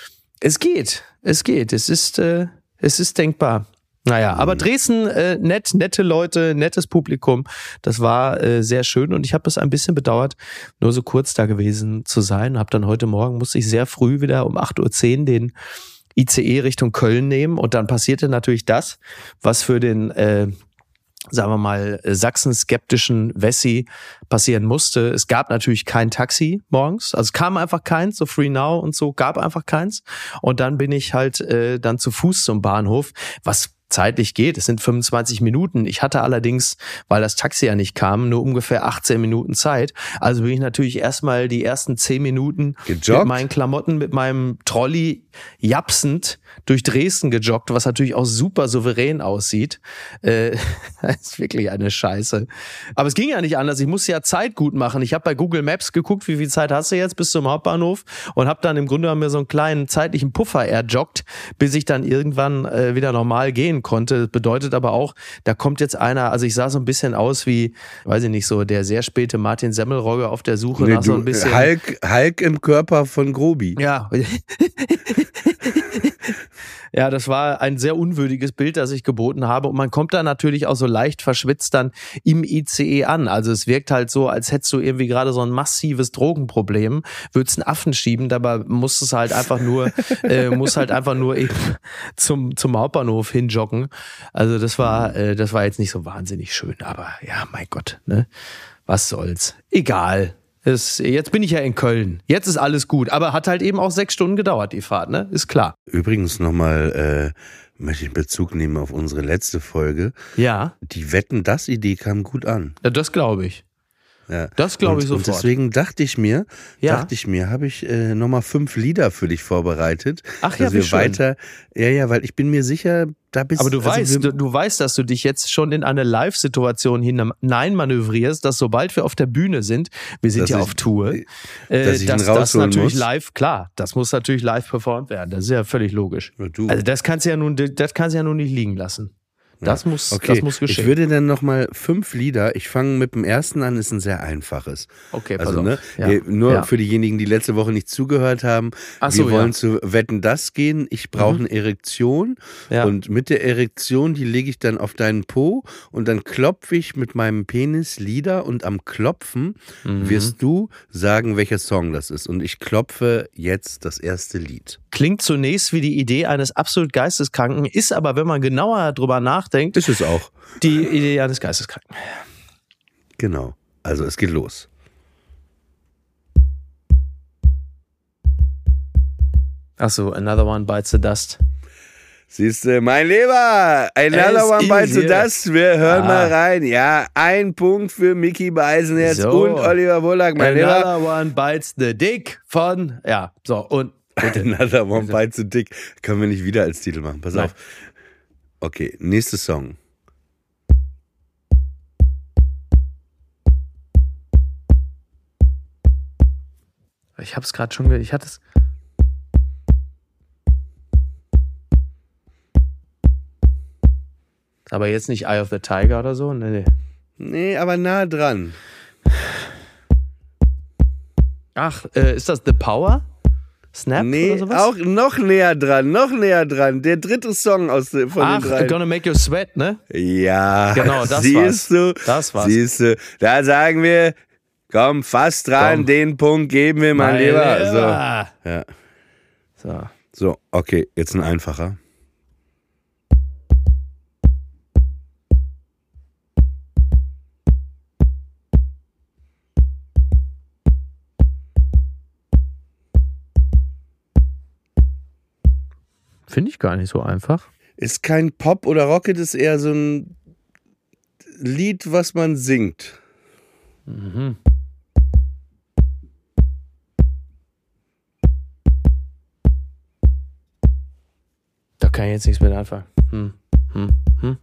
es geht. Es geht. Es ist, äh, es ist denkbar. Naja, aber Dresden, äh, nett, nette Leute, nettes Publikum, das war äh, sehr schön und ich habe es ein bisschen bedauert, nur so kurz da gewesen zu sein. Hab dann heute Morgen, musste ich sehr früh wieder um acht Uhr zehn den I C E Richtung Köln nehmen und dann passierte natürlich das, was für den, äh, sagen wir mal, sachsen-skeptischen Wessi passieren musste. Es gab natürlich kein Taxi morgens, also es kam einfach keins, so Free Now und so, gab einfach keins und dann bin ich halt äh, dann zu Fuß zum Bahnhof, was zeitlich geht. Es sind fünfundzwanzig Minuten. Ich hatte allerdings, weil das Taxi ja nicht kam, nur ungefähr achtzehn Minuten Zeit. Also bin ich natürlich erstmal die ersten zehn Minuten Gejoggt? mit meinen Klamotten, mit meinem Trolley japsend durch Dresden gejoggt, was natürlich auch super souverän aussieht. Äh, das ist wirklich eine Scheiße. Aber es ging ja nicht anders. Ich musste ja Zeit gut machen. Ich habe bei Google Maps geguckt, wie viel Zeit hast du jetzt bis zum Hauptbahnhof und habe dann im Grunde genommen mir so einen kleinen zeitlichen Puffer erjoggt, bis ich dann irgendwann äh, wieder normal gehen konnte. Das bedeutet aber auch, da kommt jetzt einer, also ich sah so ein bisschen aus wie, weiß ich nicht, so der sehr späte Martin Semmelrogge auf der Suche nee, nach so ein du, bisschen... Hulk, Hulk im Körper von Grobi. Ja. Ja, das war ein sehr unwürdiges Bild, das ich geboten habe. Und man kommt da natürlich auch so leicht verschwitzt dann im I C E an. Also es wirkt halt so, als hättest du irgendwie gerade so ein massives Drogenproblem, würdest einen Affen schieben, dabei musst es halt einfach nur, äh, muss halt einfach nur eben zum, zum Hauptbahnhof hinjoggen. Also das war, äh, das war jetzt nicht so wahnsinnig schön. Aber ja, mein Gott, ne? Was soll's? Egal. Es, jetzt bin ich ja in Köln. Jetzt ist alles gut. Aber hat halt eben auch sechs Stunden gedauert, die Fahrt, ne? Ist klar. Übrigens nochmal, äh, möchte ich Bezug nehmen auf unsere letzte Folge. Ja. Die Wetten-Das-Idee kam gut an. Ja, das glaube ich. Ja. Das glaube ich und, sofort. Und deswegen dachte ich mir, ja. dachte ich mir, habe ich äh, nochmal fünf Lieder für dich vorbereitet. Ach ja, dass wie wir schön. weiter. Ja, ja, weil ich bin mir sicher, da bist Aber du also weißt, wir, du, du weißt, dass du dich jetzt schon in eine Live-Situation hineinmanövrierst, dass sobald wir auf der Bühne sind, wir sind ja ich, auf Tour, dass äh, ich dass ihn das natürlich muss. live, klar, das muss natürlich live performt werden. Das ist ja völlig logisch. Ja, du. Also das kannst du ja nun, das kannst du ja nun nicht liegen lassen. Das, ja. muss, okay. das muss geschehen. Ich würde dann nochmal fünf Lieder, ich fange mit dem ersten an, ist ein sehr einfaches. Okay, pass also, auf. Ne, Ja. wir, nur ja. für diejenigen, die letzte Woche nicht zugehört haben, Ach so, wir wollen ja. zu Wetten, das gehen, ich brauche Mhm. eine Erektion Ja. und mit der Erektion, die lege ich dann auf deinen Po und dann klopfe ich mit meinem Penis Lieder und am Klopfen Mhm. wirst du sagen, welcher Song das ist und ich klopfe jetzt das erste Lied. Klingt zunächst wie die Idee eines absolut Geisteskranken, ist aber, wenn man genauer drüber nachdenkt, Ist es auch. die Idee eines Geisteskranken. Genau. Also es geht los. Achso, Another One Bites the Dust. Siehst du, mein Lieber, another Es one bites ist the hier. dust. Wir hören Ah. mal rein. Ja, ein Punkt für Micky Beisenherz So. und Oliver Pollack, mein Lieber. Another One Bites the Dick von, ja, so, und bitte. Another one bites the dick. Können wir nicht wieder als Titel machen. Pass Nein. auf. Okay, nächster Song. Ich hab's gerade schon, ge- ich hatte es. Aber jetzt nicht Eye of the Tiger oder so? Nee, nee. Nee, aber nah dran. Ach, äh, ist das The Power? Snap Nee, oder sowas? auch noch näher dran, noch näher dran. Der dritte Song aus de, von Ach, den drei. Gonna Make You Sweat, ne? Ja, Genau, das siehst du, Das war's. siehst du. Da sagen wir, komm, fast dran, Komm. den Punkt geben wir, mein, Mein Lieber. Lieber. So, ja. So. So, okay, jetzt ein einfacher. Finde ich gar nicht so einfach. Ist kein Pop oder Rocket, ist eher so ein Lied, was man singt. Mhm. Da kann ich jetzt nichts mit anfangen. Hm. Hm. Hm.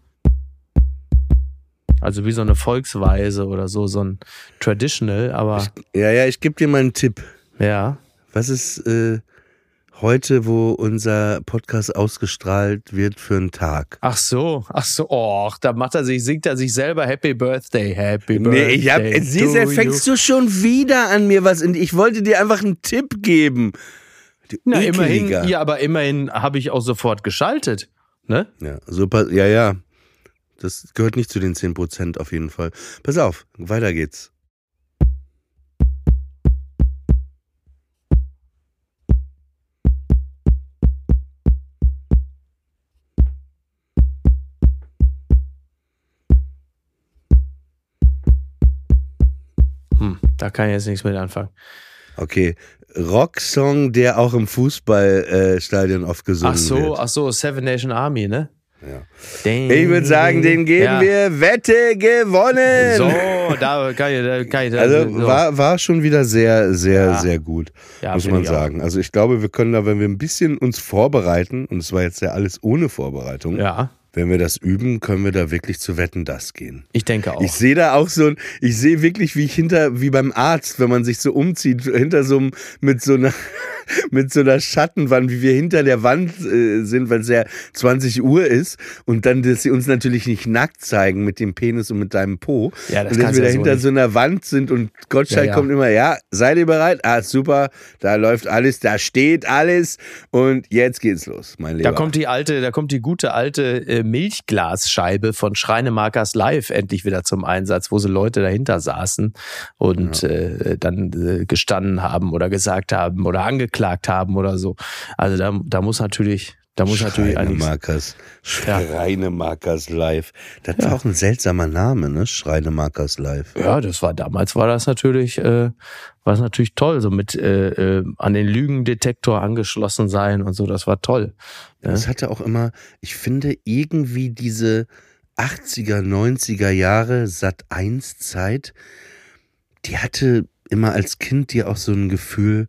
Also wie so eine Volksweise oder so, so ein Traditional, aber Ja, ja, ich gebe dir mal einen Tipp. ja. Was ist äh, heute, wo unser Podcast ausgestrahlt wird, für einen Tag? Ach so, ach so, och, da macht er sich, singt er sich selber Happy Birthday, Happy Birthday. Nee, ich hab, siehst, fängst du schon wieder an mir was und ich wollte dir einfach einen Tipp geben. Du Na, immerhin, Ekeliger. ja, aber immerhin habe ich auch sofort geschaltet, ne? Ja, super, ja, ja. Das gehört nicht zu den zehn Prozent auf jeden Fall. Pass auf, weiter geht's. Hm, da kann ich jetzt nichts mit anfangen. Okay, Rocksong, der auch im Fußballstadion oft gesungen Ach so, wird. ach so, Seven Nation Army, ne? Ja. Ich würde sagen, den geben ja. wir Wette gewonnen. So, da kann ich, da kann ich da, Also so. war, war schon wieder sehr, sehr, ja. sehr gut, ja, muss man sagen. Auch. Also ich glaube, wir können da, wenn wir ein bisschen uns vorbereiten, und es war jetzt ja alles ohne Vorbereitung, ja. wenn wir das üben, können wir da wirklich zu Wetten, das gehen. Ich denke auch. Ich sehe da auch so, ich sehe wirklich, wie ich hinter, wie beim Arzt, wenn man sich so umzieht, hinter so einem, mit so einer, mit so einer Schattenwand, wie wir hinter der Wand äh, sind, weil es ja zwanzig Uhr ist und dann, dass sie uns natürlich nicht nackt zeigen mit dem Penis und mit deinem Po. Ja, das und dass wir ja da hinter so, so einer Wand sind und Gottschalk ja, ja. kommt immer, ja, seid ihr bereit? Ah, super, da läuft alles, da steht alles und jetzt geht's los, mein Lieber. Da kommt die alte, da kommt die gute alte äh, Milchglasscheibe von Schreinemakers Live endlich wieder zum Einsatz, wo so Leute dahinter saßen und ja. äh, dann äh, gestanden haben oder gesagt haben oder angeklagt haben oder so. Also da, da muss natürlich, da muss natürlich Schreinemakers, Schreinemakers Live. Das ja. war auch ein seltsamer Name, ne? Schreinemakers Live. Ja, das war damals war das natürlich, äh, war es natürlich toll, so mit äh, äh, an den Lügendetektor angeschlossen sein und so. Das war toll. Ja. Das hatte auch immer, ich finde irgendwie diese achtziger, neunziger Jahre Sat eins Zeit, die hatte immer als Kind dir auch so ein Gefühl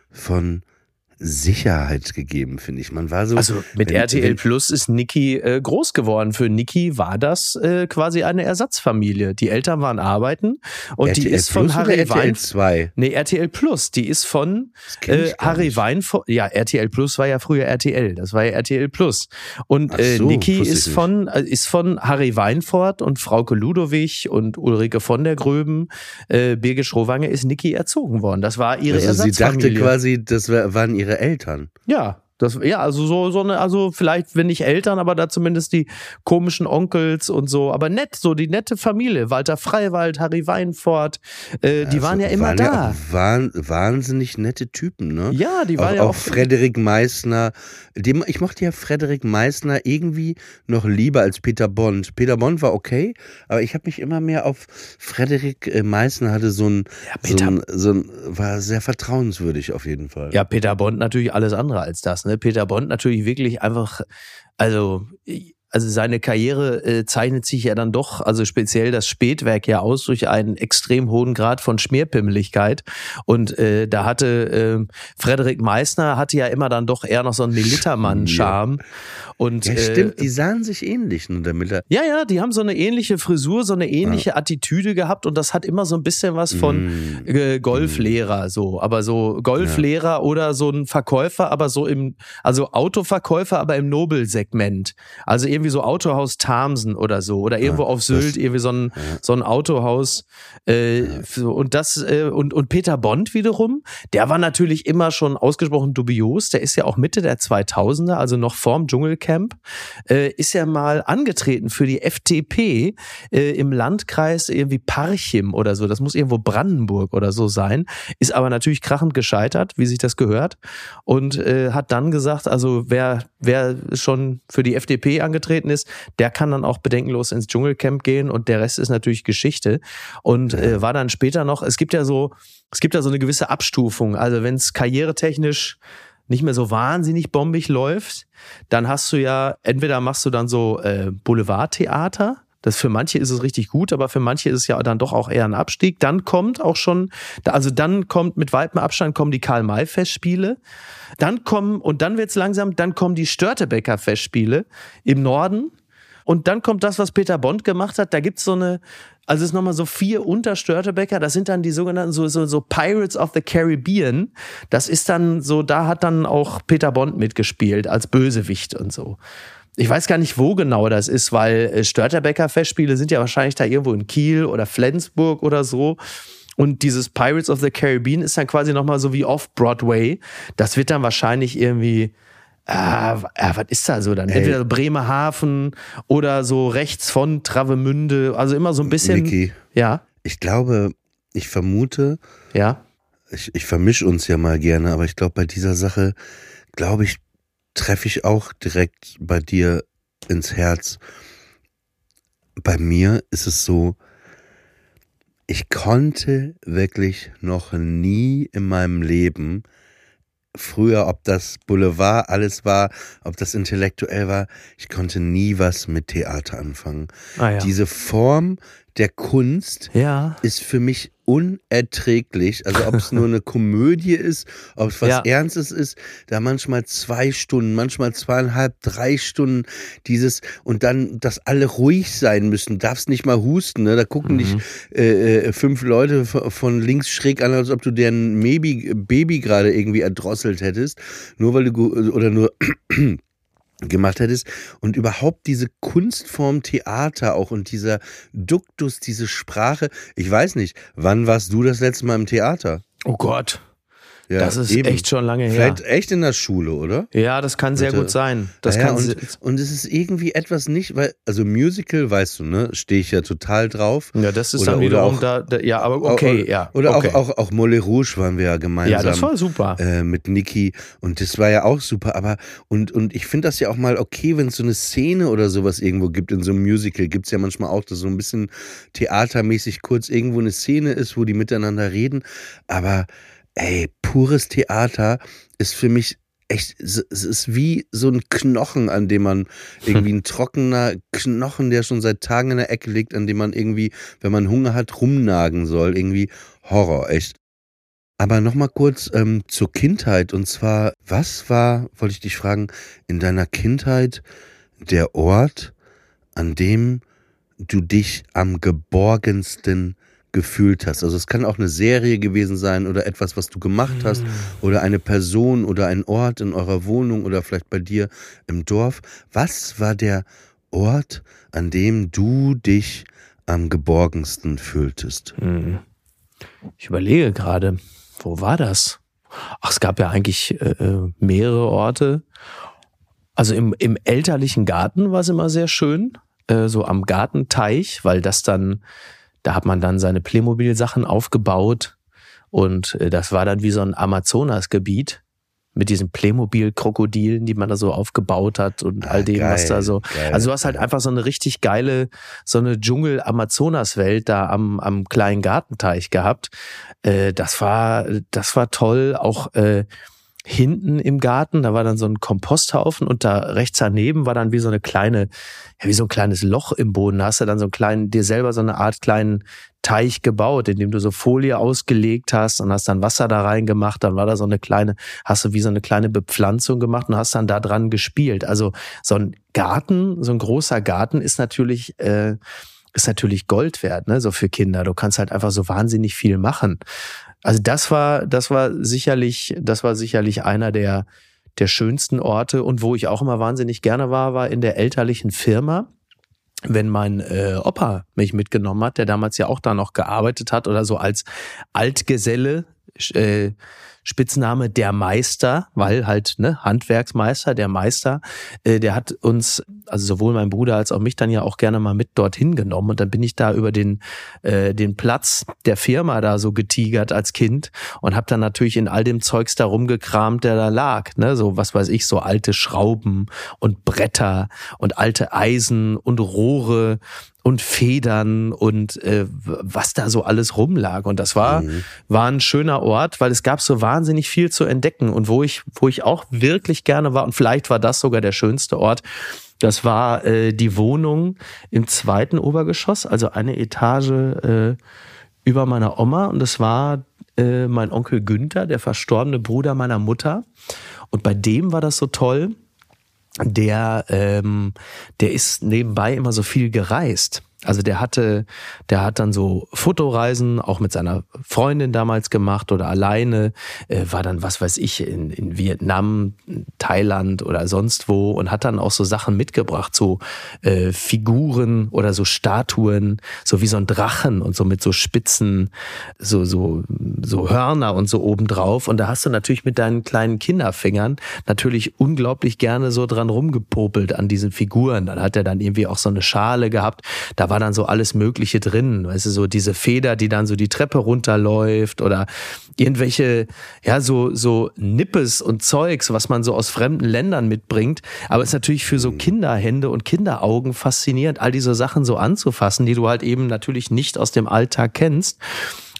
von Sicherheit gegeben, finde ich. Man war so. Also mit wenn, R T L wenn, Plus ist Niki äh, groß geworden. Für Niki war das äh, quasi eine Ersatzfamilie. Die Eltern waren arbeiten und R T L die ist von Plus Harry oder R T L zwei? Nee, R T L Plus. Die ist von äh, Harry Weinfurt. Ja, R T L Plus war ja früher R T L. Das war ja R T L Plus. Und äh, so, Niki ist von äh, ist von Harry Weinfurt und Frauke Ludowig und Ulrike von der Gröben. Äh, Birgit Schrowange ist Niki erzogen worden. Das war ihre also Ersatzfamilie. Sie dachte quasi, das waren ihre Eltern. Ja, das, ja, also so, so eine, also vielleicht, wenn nicht Eltern, aber da zumindest die komischen Onkels und so, aber nett, so die nette Familie, Walter Freiwald, Harry Weinfurt, äh, die also waren ja immer waren da. Ja auch wahn, wahnsinnig nette Typen, ne? Ja, die waren auch, ja auch. Auch Frederik Meissner, dem, ich mochte ja Frederik Meissner irgendwie noch lieber als Peter Bond. Peter Bond war okay, aber ich habe mich immer mehr auf Frederik Meissner hatte so ein, ja, Peter, so ein, so ein, war sehr vertrauenswürdig auf jeden Fall. Ja, Peter Bond natürlich alles andere als das, ne? Peter Bond natürlich wirklich einfach, also also seine Karriere äh, zeichnet sich ja dann doch, also speziell das Spätwerk ja aus durch einen extrem hohen Grad von Schmierpimmeligkeit. Und äh, da hatte äh, Frederik Meissner hatte ja immer dann doch eher noch so einen Militermann-Charme. Und, ja, stimmt, äh, die sahen sich ähnlich. Ne, der Miller. Ja, ja, die haben so eine ähnliche Frisur, so eine ähnliche ja. Attitüde gehabt und das hat immer so ein bisschen was von mm. äh, Golflehrer, so. Aber so Golflehrer ja. oder so ein Verkäufer, aber so im, also Autoverkäufer, aber im Nobelsegment. Also eben wie so Autohaus Thamsen oder so oder irgendwo ja, auf Sylt irgendwie so ein ja. so ein Autohaus äh, ja. und das äh, und und Peter Bond wiederum, der war natürlich immer schon ausgesprochen dubios, der ist ja auch Mitte der zweitausender, also noch vorm Dschungelcamp, äh, ist ja mal angetreten für die F D P äh, im Landkreis irgendwie Parchim oder so, das muss irgendwo Brandenburg oder so sein, ist aber natürlich krachend gescheitert, wie sich das gehört und äh, hat dann gesagt, also wer wer schon für die F D P angetreten ist, der kann dann auch bedenkenlos ins Dschungelcamp gehen und der Rest ist natürlich Geschichte und äh, war dann später noch, es gibt ja so, es gibt ja so eine gewisse Abstufung, also wenn es karrieretechnisch nicht mehr so wahnsinnig bombig läuft, dann hast du ja, entweder machst du dann so äh, Boulevardtheater, das für manche ist es richtig gut, aber für manche ist es ja dann doch auch eher ein Abstieg. Dann kommt auch schon, also dann kommt mit weitem Abstand kommen die Karl-May-Festspiele. Dann kommen, und dann wird's langsam, dann kommen die Störtebeker-Festspiele im Norden. Und dann kommt das, was Peter Bond gemacht hat. Da gibt's so eine, also es ist nochmal so vier unter Störtebeker. Das sind dann die sogenannten so, so, so Pirates of the Caribbean. Das ist dann so, da hat dann auch Peter Bond mitgespielt als Bösewicht und so. Ich weiß gar nicht, wo genau das ist, weil Störtebeker-Festspiele sind ja wahrscheinlich da irgendwo in Kiel oder Flensburg oder so. Und dieses Pirates of the Caribbean ist dann quasi nochmal so wie Off-Broadway. Das wird dann wahrscheinlich irgendwie, ah, ah, was ist da so dann? Hey. Entweder Bremerhaven oder so rechts von Travemünde. Also immer so ein bisschen. Niki, ja. Ich glaube, ich vermute, ja. ich, ich vermische uns ja mal gerne, aber ich glaube, bei dieser Sache, glaube ich, treffe ich auch direkt bei dir ins Herz. Bei mir ist es so, ich konnte wirklich noch nie in meinem Leben früher, ob das Boulevard alles war, ob das intellektuell war, ich konnte nie was mit Theater anfangen. Ah, ja. Diese Form der Kunst ja. ist für mich unerträglich. Also ob es nur eine Komödie ist, ob es was ja. Ernstes ist, da manchmal zwei Stunden, manchmal zweieinhalb, drei Stunden dieses und dann, dass alle ruhig sein müssen, darfst nicht mal husten, ne? Da gucken mhm. dich äh, fünf Leute von links schräg an, als ob du deren Baby, Baby gerade irgendwie erdrosselt hättest, nur weil du oder nur gemacht hättest und überhaupt diese Kunstform Theater auch und dieser Duktus, diese Sprache. Ich weiß nicht, wann warst du das letzte Mal im Theater? Oh Gott. Ja, das ist eben. echt schon lange her. Vielleicht echt in der Schule, oder? Ja, das kann sehr Bitte. gut sein. Das ja, kann und, und es ist irgendwie etwas nicht, weil, also Musical, weißt du, ne, stehe ich ja total drauf. Ja, das ist oder, dann wiederum auch, da, da, ja, aber okay, oder, ja. Oder okay. auch, auch, auch Moulin Rouge waren wir ja gemeinsam. Ja, das war super. Äh, mit Niki und das war ja auch super, aber und, und ich finde das ja auch mal okay, wenn es so eine Szene oder sowas irgendwo gibt in so einem Musical, gibt es ja manchmal auch, dass so ein bisschen theatermäßig kurz irgendwo eine Szene ist, wo die miteinander reden, aber ey, pures Theater ist für mich echt, es ist wie so ein Knochen, an dem man irgendwie ein trockener Knochen, der schon seit Tagen in der Ecke liegt, an dem man irgendwie, wenn man Hunger hat, rumnagen soll. Irgendwie Horror, echt. Aber nochmal kurz ähm, zur Kindheit. Und zwar, was war, wollte ich dich fragen, in deiner Kindheit der Ort, an dem du dich am geborgensten gefühlt hast? Also es kann auch eine Serie gewesen sein oder etwas, was du gemacht hast oder eine Person oder ein Ort in eurer Wohnung oder vielleicht bei dir im Dorf. Was war der Ort, an dem du dich am geborgensten fühltest? Ich überlege gerade, wo war das? Ach, es gab ja eigentlich äh, mehrere Orte. Also im, im elterlichen Garten war es immer sehr schön, äh, so am Gartenteich, weil das dann Da hat man dann seine Playmobil-Sachen aufgebaut und das war dann wie so ein Amazonasgebiet mit diesen Playmobil-Krokodilen, die man da so aufgebaut hat und all dem, geil, was da so. Geil, also du hast halt einfach so eine richtig geile, so eine Dschungel-Amazonas-Welt da am, am kleinen Gartenteich gehabt. Äh, das war, das war toll. Auch äh, hinten im Garten, da war dann so ein Komposthaufen und da rechts daneben war dann wie so eine kleine, ja, wie so ein kleines Loch im Boden. Da hast du dann so einen kleinen, dir selber so eine Art kleinen Teich gebaut, in dem du so Folie ausgelegt hast und hast dann Wasser da reingemacht. Dann war da so eine kleine, hast du wie so eine kleine Bepflanzung gemacht und hast dann da dran gespielt. Also so ein Garten, so ein großer Garten ist natürlich, äh, ist natürlich Gold wert, ne, so für Kinder. Du kannst halt einfach so wahnsinnig viel machen. Also das war, das war sicherlich, das war sicherlich einer der, der schönsten Orte und wo ich auch immer wahnsinnig gerne war, war in der elterlichen Firma. Wenn mein äh, Opa mich mitgenommen hat, der damals ja auch da noch gearbeitet hat oder so als Altgeselle, äh, Spitzname der Meister, weil halt, ne, Handwerksmeister, der Meister, äh, der hat uns, also sowohl mein Bruder als auch mich dann ja auch gerne mal mit dorthin genommen und dann bin ich da über den äh, den Platz der Firma da so getigert als Kind und habe dann natürlich in all dem Zeugs da rumgekramt, der da lag, ne, so was weiß ich, so alte Schrauben und Bretter und alte Eisen und Rohre und Federn und äh, was da so alles rumlag. Und das war, mhm. war ein schöner Ort, weil es gab so wahnsinnig viel zu entdecken. Und wo ich, wo ich auch wirklich gerne war, und vielleicht war das sogar der schönste Ort, das war äh, die Wohnung im zweiten Obergeschoss, also eine Etage äh, über meiner Oma. Und das war äh, mein Onkel Günther, der verstorbene Bruder meiner Mutter. Und bei dem war das so toll, der ähm, der ist nebenbei immer so viel gereist. Also der hatte, der hat dann so Fotoreisen auch mit seiner Freundin damals gemacht oder alleine, äh, war dann, was weiß ich, in, in Vietnam, Thailand oder sonst wo und hat dann auch so Sachen mitgebracht, so äh, Figuren oder so Statuen, so wie so ein Drachen und so mit so Spitzen, so, so, so Hörner und so obendrauf. Und da hast du natürlich mit deinen kleinen Kinderfingern natürlich unglaublich gerne so dran rumgepopelt an diesen Figuren. Dann hat er dann irgendwie auch so eine Schale gehabt, da war dann so alles Mögliche drin, weißt du, so diese Feder, die dann so die Treppe runterläuft oder irgendwelche, ja, so, so Nippes und Zeugs, was man so aus fremden Ländern mitbringt. Aber es ist natürlich für so Kinderhände und Kinderaugen faszinierend, all diese Sachen so anzufassen, die du halt eben natürlich nicht aus dem Alltag kennst.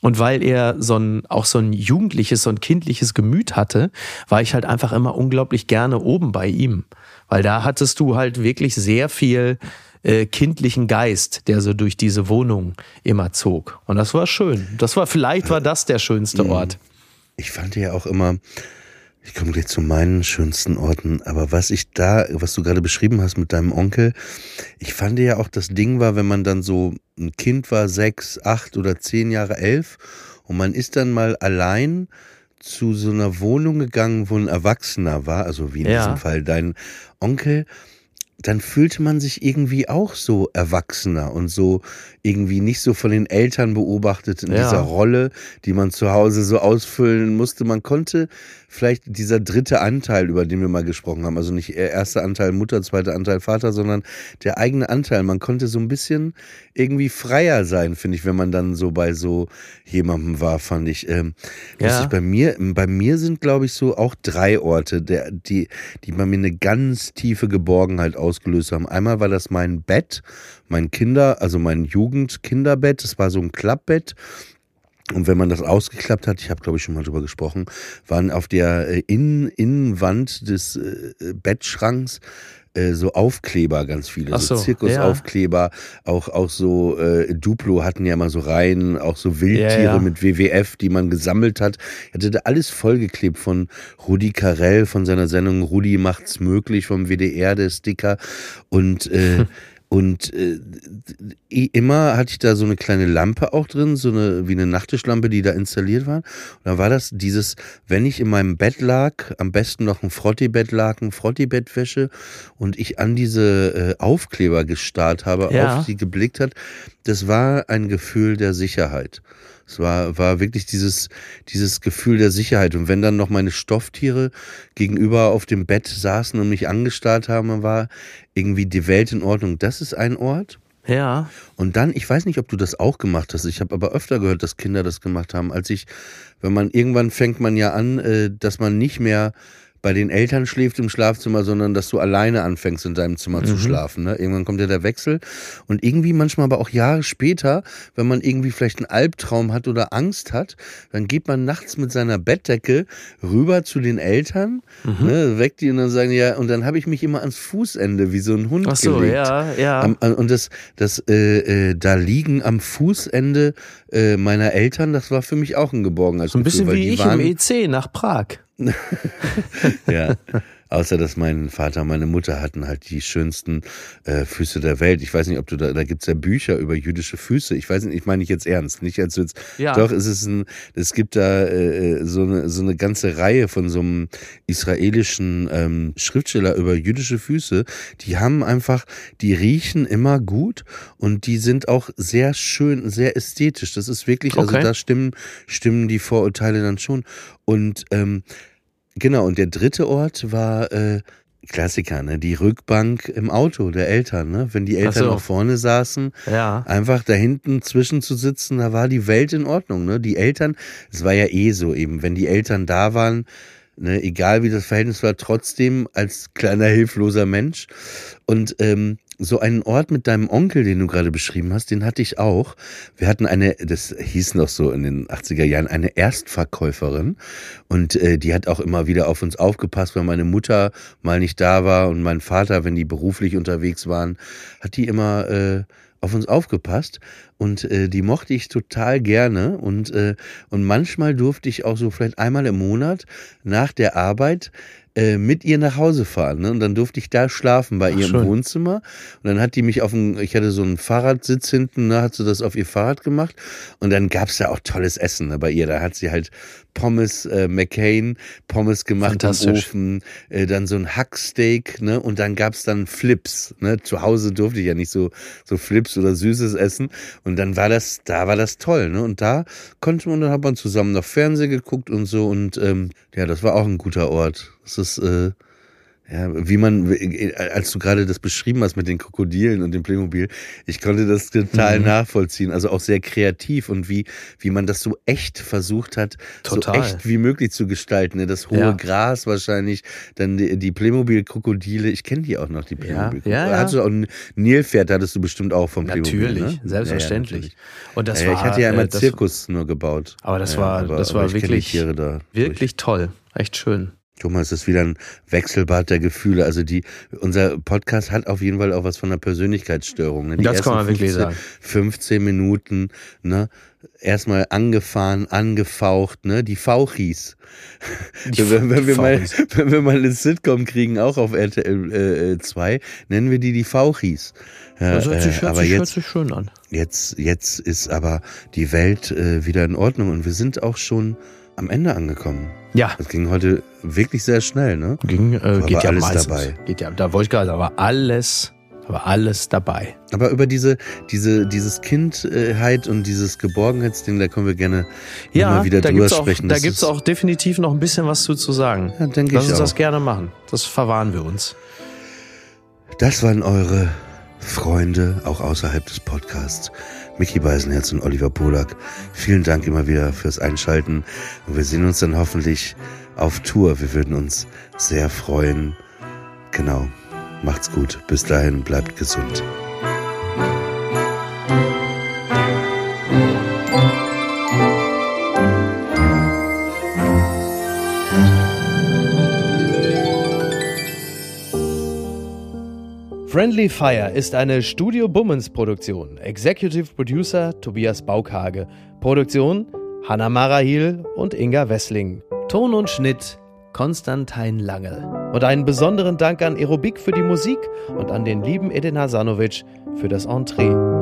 Und weil er so ein, auch so ein jugendliches, so ein kindliches Gemüt hatte, war ich halt einfach immer unglaublich gerne oben bei ihm. Weil da hattest du halt wirklich sehr viel äh, kindlichen Geist, der so durch diese Wohnung immer zog. Und das war schön. Das war, vielleicht war das der schönste Ort. Ich fand ja auch immer, ich komme gleich zu meinen schönsten Orten, aber was ich da, was du gerade beschrieben hast mit deinem Onkel, ich fand ja auch, das Ding war, wenn man dann so ein Kind war, sechs, acht oder zehn Jahre, elf, und man ist dann mal allein zu so einer Wohnung gegangen, wo ein Erwachsener war, also wie in Ja. diesem Fall dein Onkel, dann fühlte man sich irgendwie auch so erwachsener und so irgendwie nicht so von den Eltern beobachtet in Ja. dieser Rolle, die man zu Hause so ausfüllen musste. Man konnte vielleicht dieser dritte Anteil, über den wir mal gesprochen haben, also nicht erster Anteil Mutter, zweiter Anteil Vater, sondern der eigene Anteil. Man konnte so ein bisschen irgendwie freier sein, finde ich, wenn man dann so bei so jemandem war, fand ich. Ähm, Ja. lustig, bei mir, bei mir sind, glaube ich, so auch drei Orte, der, die, die bei mir eine ganz tiefe Geborgenheit ausgelöst haben. Einmal war das mein Bett, mein Kinder, also mein Jugend-Kinderbett. Das war so ein Klappbett. Und wenn man das ausgeklappt hat, ich habe, glaube ich, schon mal drüber gesprochen, waren auf der äh, Innen- Innenwand des äh, Bettschranks äh, so Aufkleber, ganz viele, Ach so so, Zirkusaufkleber, auch, auch so äh, Duplo hatten ja mal so Reihen, auch so Wildtiere Ja, ja. mit W W F, die man gesammelt hat. Ich hatte da alles vollgeklebt von Rudi Carrell, von seiner Sendung Rudi macht's möglich, vom W D R, der Sticker. Und äh, Und äh, immer hatte ich da so eine kleine Lampe auch drin, so eine wie eine Nachttischlampe, die da installiert war. Und dann war das dieses, wenn ich in meinem Bett lag, am besten noch ein Frotti-Bettlaken, Frotti-Bettwäsche und ich an diese äh, Aufkleber gestarrt habe, Ja. auf sie geblickt hat, das war ein Gefühl der Sicherheit. Es war, war wirklich dieses, dieses Gefühl der Sicherheit. Und wenn dann noch meine Stofftiere gegenüber auf dem Bett saßen und mich angestarrt haben, dann war irgendwie die Welt in Ordnung. Das ist ein Ort. Ja. Und dann, ich weiß nicht, ob du das auch gemacht hast. Ich habe aber öfter gehört, dass Kinder das gemacht haben. Als ich, wenn man, irgendwann fängt man ja an, äh, dass man nicht mehr bei den Eltern schläft im Schlafzimmer, sondern dass du alleine anfängst, in deinem Zimmer zu schlafen. Ne? Irgendwann kommt ja der Wechsel. Und irgendwie manchmal aber auch Jahre später, wenn man irgendwie vielleicht einen Albtraum hat oder Angst hat, dann geht man nachts mit seiner Bettdecke rüber zu den Eltern, ne, weckt die und dann sagen, ja, und dann habe ich mich immer ans Fußende wie so ein Hund Ach so, gelegt. ja, ja. Am, und das, das äh, äh, da liegen am Fußende äh, meiner Eltern, das war für mich auch ein Geborgenheitsgefühl. So ein bisschen weil wie die ich waren, im E C nach Prag. ja, außer dass mein Vater und meine Mutter hatten halt die schönsten äh, Füße der Welt. Ich weiß nicht, ob du da, da gibt's ja Bücher über jüdische Füße. Ich weiß nicht, ich meine nicht jetzt ernst, nicht als jetzt. Ja. Doch, es ist ein, es gibt da äh, so eine so eine ganze Reihe von so einem israelischen ähm, Schriftsteller über jüdische Füße. Die haben einfach, die riechen immer gut und die sind auch sehr schön, sehr ästhetisch. Das ist wirklich, also Okay. da stimmen stimmen die Vorurteile dann schon. Und ähm, genau, und der dritte Ort war äh, Klassiker, ne? Die Rückbank im Auto der Eltern, ne? Wenn die Eltern Ach so. auch vorne saßen, Ja. einfach da hinten zwischen zu sitzen, da war die Welt in Ordnung, ne? Die Eltern, es war ja eh so eben, wenn die Eltern da waren, ne, egal wie das Verhältnis war, trotzdem als kleiner hilfloser Mensch. Und ähm, so einen Ort mit deinem Onkel, den du gerade beschrieben hast, den hatte ich auch. Wir hatten eine, das hieß noch so in den achtziger Jahren, eine Erstverkäuferin. Und äh, die hat auch immer wieder auf uns aufgepasst, wenn meine Mutter mal nicht da war und mein Vater, wenn die beruflich unterwegs waren, hat die immer äh, auf uns aufgepasst. Und äh, die mochte ich total gerne. Und, äh, und manchmal durfte ich auch so vielleicht einmal im Monat nach der Arbeit äh, mit ihr nach Hause fahren. Ne? Und dann durfte ich da schlafen bei Ach, ihr im schön. Wohnzimmer. Und dann hat die mich auf dem, ich hatte so einen Fahrradsitz hinten, ne, hat sie das auf ihr Fahrrad gemacht. Und dann gab's da auch tolles Essen, ne, bei ihr. Da hat sie halt Pommes, äh, McCain, Pommes gemacht im Fantastisch. Ofen, äh, dann so ein Hacksteak, ne, und dann gab's dann Flips, ne. Zu Hause durfte ich ja nicht so, so Flips oder Süßes essen. Und dann war das, da war das toll, ne. Und da konnte man, dann hat man zusammen noch Fernsehen geguckt und so. Und ähm, ja, das war auch ein guter Ort. Das ist, äh, Ja, wie man, als du gerade das beschrieben hast mit den Krokodilen und dem Playmobil, ich konnte das total mhm. nachvollziehen. Also auch sehr kreativ und wie, wie man das so echt versucht hat, total. so echt wie möglich zu gestalten. Das hohe ja. Gras wahrscheinlich, dann die, die Playmobil-Krokodile. Ich kenne die auch noch, die Playmobil-Krokodile. Ja, ja, ja. Hattest du auch ein Nilpferd, hattest du bestimmt auch vom Playmobil. Natürlich, ne? selbstverständlich. Ja, ja, natürlich. Und das ja, war, ich hatte ja immer äh, Zirkus nur gebaut. Aber das ja, war, aber, das aber war wirklich, da wirklich toll. Echt schön. Guck mal, es ist wieder ein Wechselbad der Gefühle. Also die, unser Podcast hat auf jeden Fall auch was von einer Persönlichkeitsstörung. Ne? Die das kann man wirklich fünfzehn, sagen. fünfzehn Minuten, ne? Erstmal angefahren, angefaucht, ne? Die Fauchis. Die, wenn, wenn, wir mal, wenn wir mal eine Sitcom kriegen, auch auf R T L zwei, nennen wir die die Fauchis. Das hört sich, äh, hört aber sich, jetzt, hört sich schön an. Jetzt, jetzt ist aber die Welt äh, wieder in Ordnung und wir sind auch schon am Ende angekommen. Ja. Das ging heute wirklich sehr schnell, ne? Ging, äh, geht ja alles meistens. dabei. Geht ja, da wollte ich gerade, aber alles, aber alles dabei. Aber über diese, diese, dieses Kindheit und dieses Geborgenheitsding, da können wir gerne ja, mal wieder da drüber gibt's auch, sprechen. Da das gibt es auch definitiv noch ein bisschen was zu, zu sagen. Ja, denke Lass ich uns auch. das gerne machen. Das verwahren wir uns. Das waren eure Freunde, auch außerhalb des Podcasts. Micky Beisenherz und Oliver Polak. Vielen Dank immer wieder fürs Einschalten. Und wir sehen uns dann hoffentlich auf Tour. Wir würden uns sehr freuen. Genau. Macht's gut. Bis dahin, bleibt gesund. Friendly Fire ist eine Studio Bummens Produktion. Executive Producer Tobias Baukhage. Produktion Hanna Marahil und Inga Wessling. Ton und Schnitt Konstantin Lange. Und einen besonderen Dank an Aerobik für die Musik und an den lieben Edin Hasanovic für das Entree.